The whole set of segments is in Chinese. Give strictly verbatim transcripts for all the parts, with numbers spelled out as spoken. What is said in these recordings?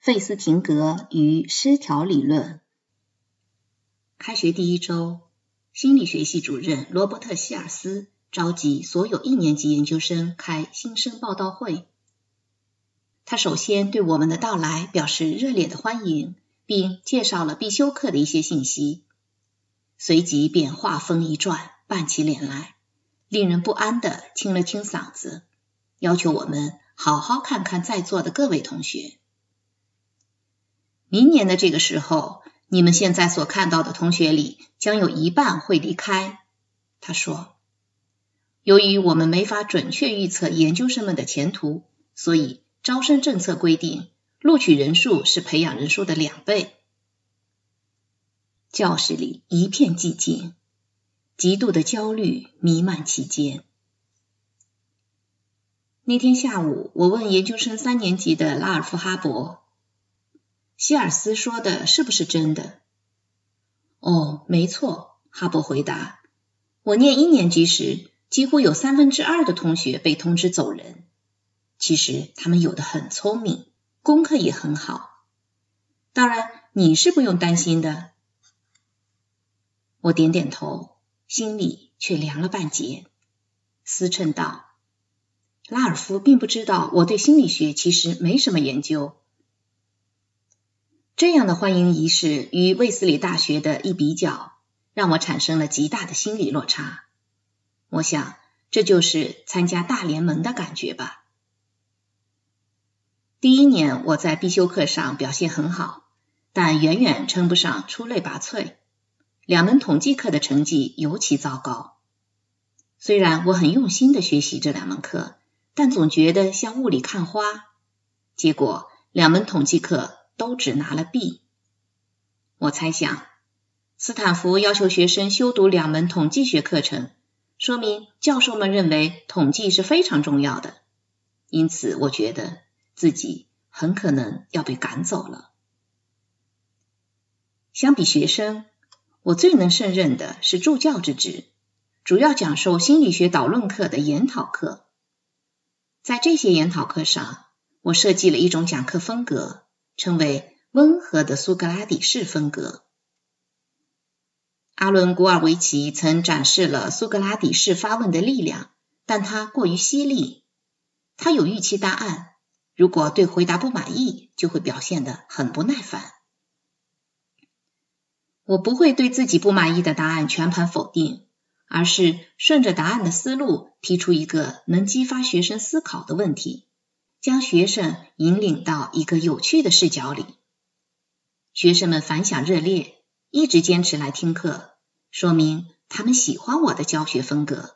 费斯廷格与失调理论。开学第一周，心理学系主任罗伯特·希尔斯召集所有一年级研究生开新生报道会。他首先对我们的到来表示热烈的欢迎，并介绍了必修课的一些信息，随即便话锋一转，板起脸来，令人不安地清了清嗓子，要求我们好好看看在座的各位同学。明年的这个时候，你们现在所看到的同学里将有一半会离开，他说。由于我们没法准确预测研究生们的前途，所以招生政策规定，录取人数是培养人数的两倍。教室里一片寂静，极度的焦虑弥漫其间。那天下午，我问研究生三年级的拉尔夫·哈伯，希尔斯说的是不是真的？哦，没错，哈伯回答。我念一年级时，几乎有三分之二的同学被通知走人。其实他们有的很聪明，功课也很好。当然，你是不用担心的。我点点头，心里却凉了半截。思忖道，拉尔夫并不知道我对心理学其实没什么研究。这样的欢迎仪式与卫斯理大学的一比较，让我产生了极大的心理落差。我想，这就是参加大联盟的感觉吧。第一年我在必修课上表现很好，但远远称不上出类拔萃。两门统计课的成绩尤其糟糕。虽然我很用心地学习这两门课，但总觉得像雾里看花。结果两门统计课都只拿了 B。 我猜想，斯坦福要求学生修读两门统计学课程，说明教授们认为统计是非常重要的，因此我觉得自己很可能要被赶走了。相比学生，我最能胜任的是助教之职，主要讲授心理学导论课的研讨课。在这些研讨课上，我设计了一种讲课风格，称为温和的苏格拉底式风格。阿伦·古尔维奇曾展示了苏格拉底式发问的力量，但他过于犀利。他有预期答案，如果对回答不满意，就会表现得很不耐烦。我不会对自己不满意的答案全盘否定，而是顺着答案的思路提出一个能激发学生思考的问题，将学生引领到一个有趣的视角里。学生们反响热烈，一直坚持来听课，说明他们喜欢我的教学风格。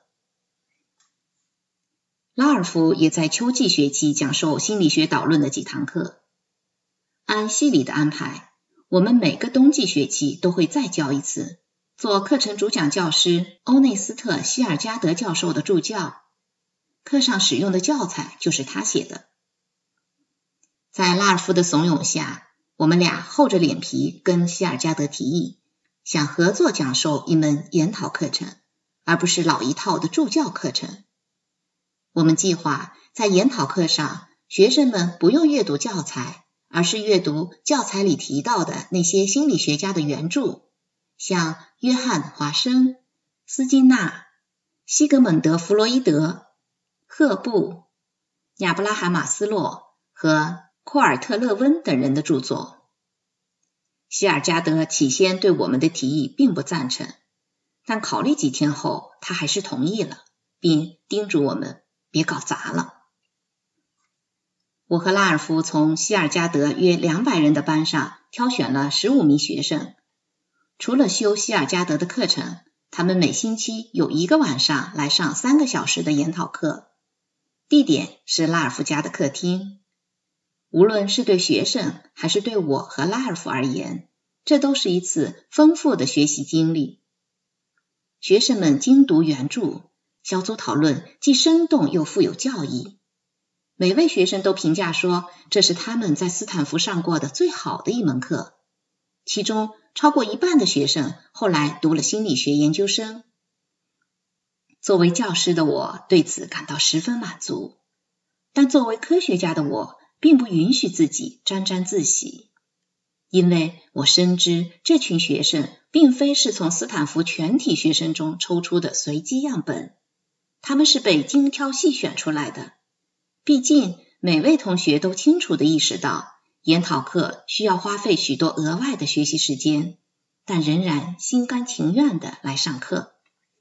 拉尔夫也在秋季学期讲授心理学导论的几堂课。按系里的安排，我们每个冬季学期都会再教一次，做课程主讲教师欧内斯特·希尔加德教授的助教。课上使用的教材就是他写的。在拉尔夫的怂恿下，我们俩厚着脸皮跟希尔加德提议，想合作讲授一门研讨课程，而不是老一套的助教课程。我们计划在研讨课上，学生们不用阅读教材，而是阅读教材里提到的那些心理学家的原著，像约翰·华生、斯金纳、西格蒙德·弗洛伊德、赫布、亚伯拉罕·马斯洛和库尔特·勒温等人的著作。希尔加德起先对我们的提议并不赞成，但考虑几天后，他还是同意了，并叮嘱我们别搞砸了。我和拉尔夫从希尔加德约两百人的班上挑选了十五名学生，除了修希尔加德的课程，他们每星期有一个晚上来上三个小时的研讨课，地点是拉尔夫家的客厅。无论是对学生还是对我和拉尔夫而言，这都是一次丰富的学习经历。学生们精读原著，小组讨论既生动又富有教义。每位学生都评价说，这是他们在斯坦福上过的最好的一门课。其中超过一半的学生后来读了心理学研究生。作为教师的我对此感到十分满足，但作为科学家的我并不允许自己沾沾自喜，因为我深知这群学生并非是从斯坦福全体学生中抽出的随机样本，他们是被精挑细选出来的。毕竟每位同学都清楚地意识到，研讨课需要花费许多额外的学习时间，但仍然心甘情愿地来上课。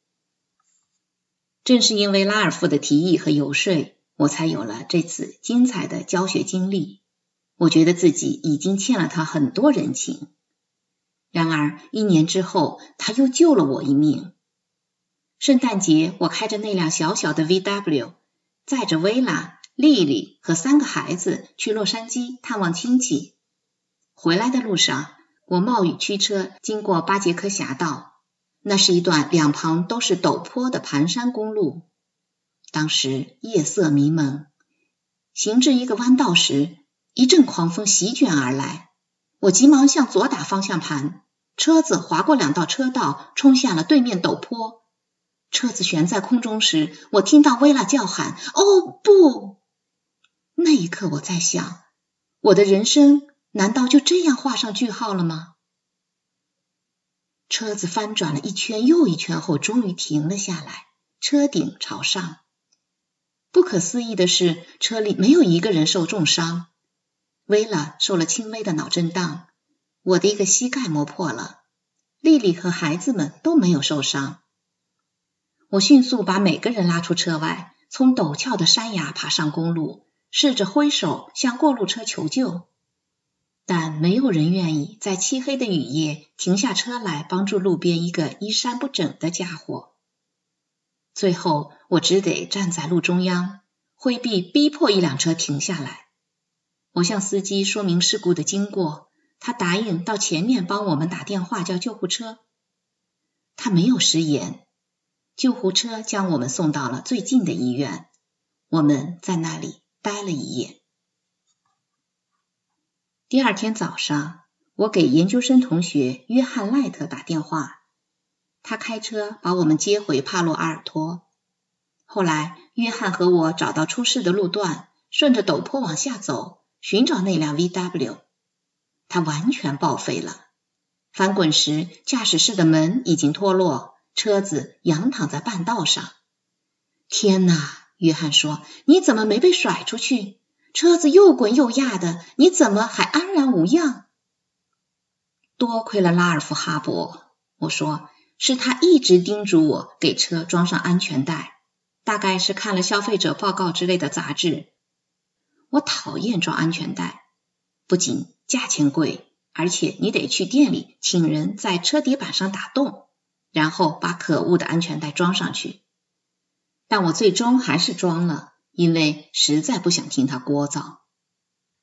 正是因为拉尔夫的提议和游说，我才有了这次精彩的教学经历。我觉得自己已经欠了他很多人情。然而一年之后，他又救了我一命。圣诞节，我开着那辆小小的 V W， 载着薇拉、莉莉和三个孩子去洛杉矶探望亲戚。回来的路上，我冒雨驱车经过巴杰科峡道，那是一段两旁都是陡坡的盘山公路。当时夜色迷蒙，行至一个弯道时，一阵狂风席卷而来，我急忙向左打方向盘，车子划过两道车道，冲下了对面陡坡。车子悬在空中时，我听到薇拉叫喊：“哦，不！”那一刻我在想，我的人生难道就这样画上句号了吗？车子翻转了一圈又一圈后，终于停了下来，车顶朝上。不可思议的是，车里没有一个人受重伤。薇拉受了轻微的脑震荡，我的一个膝盖磨破了，莉莉和孩子们都没有受伤。我迅速把每个人拉出车外，从陡峭的山崖爬上公路，试着挥手向过路车求救。但没有人愿意在漆黑的雨夜停下车来帮助路边一个衣衫不整的家伙。最后我只得站在路中央，挥臂逼迫一辆车停下来。我向司机说明事故的经过，他答应到前面帮我们打电话叫救护车。他没有食言，救护车将我们送到了最近的医院，我们在那里待了一夜。第二天早上，我给研究生同学约翰·赖特打电话，他开车把我们接回帕洛阿尔托。后来，约翰和我找到出事的路段，顺着陡坡往下走，寻找那辆 V W。它完全报废了。翻滚时，驾驶室的门已经脱落，车子仰躺在半道上。天哪，约翰说，你怎么没被甩出去？车子又滚又压的，你怎么还安然无恙？多亏了拉尔夫·哈伯，我说，是他一直叮嘱我给车装上安全带，大概是看了消费者报告之类的杂志。我讨厌装安全带，不仅价钱贵，而且你得去店里请人在车底板上打洞，然后把可恶的安全带装上去。但我最终还是装了，因为实在不想听他聒噪。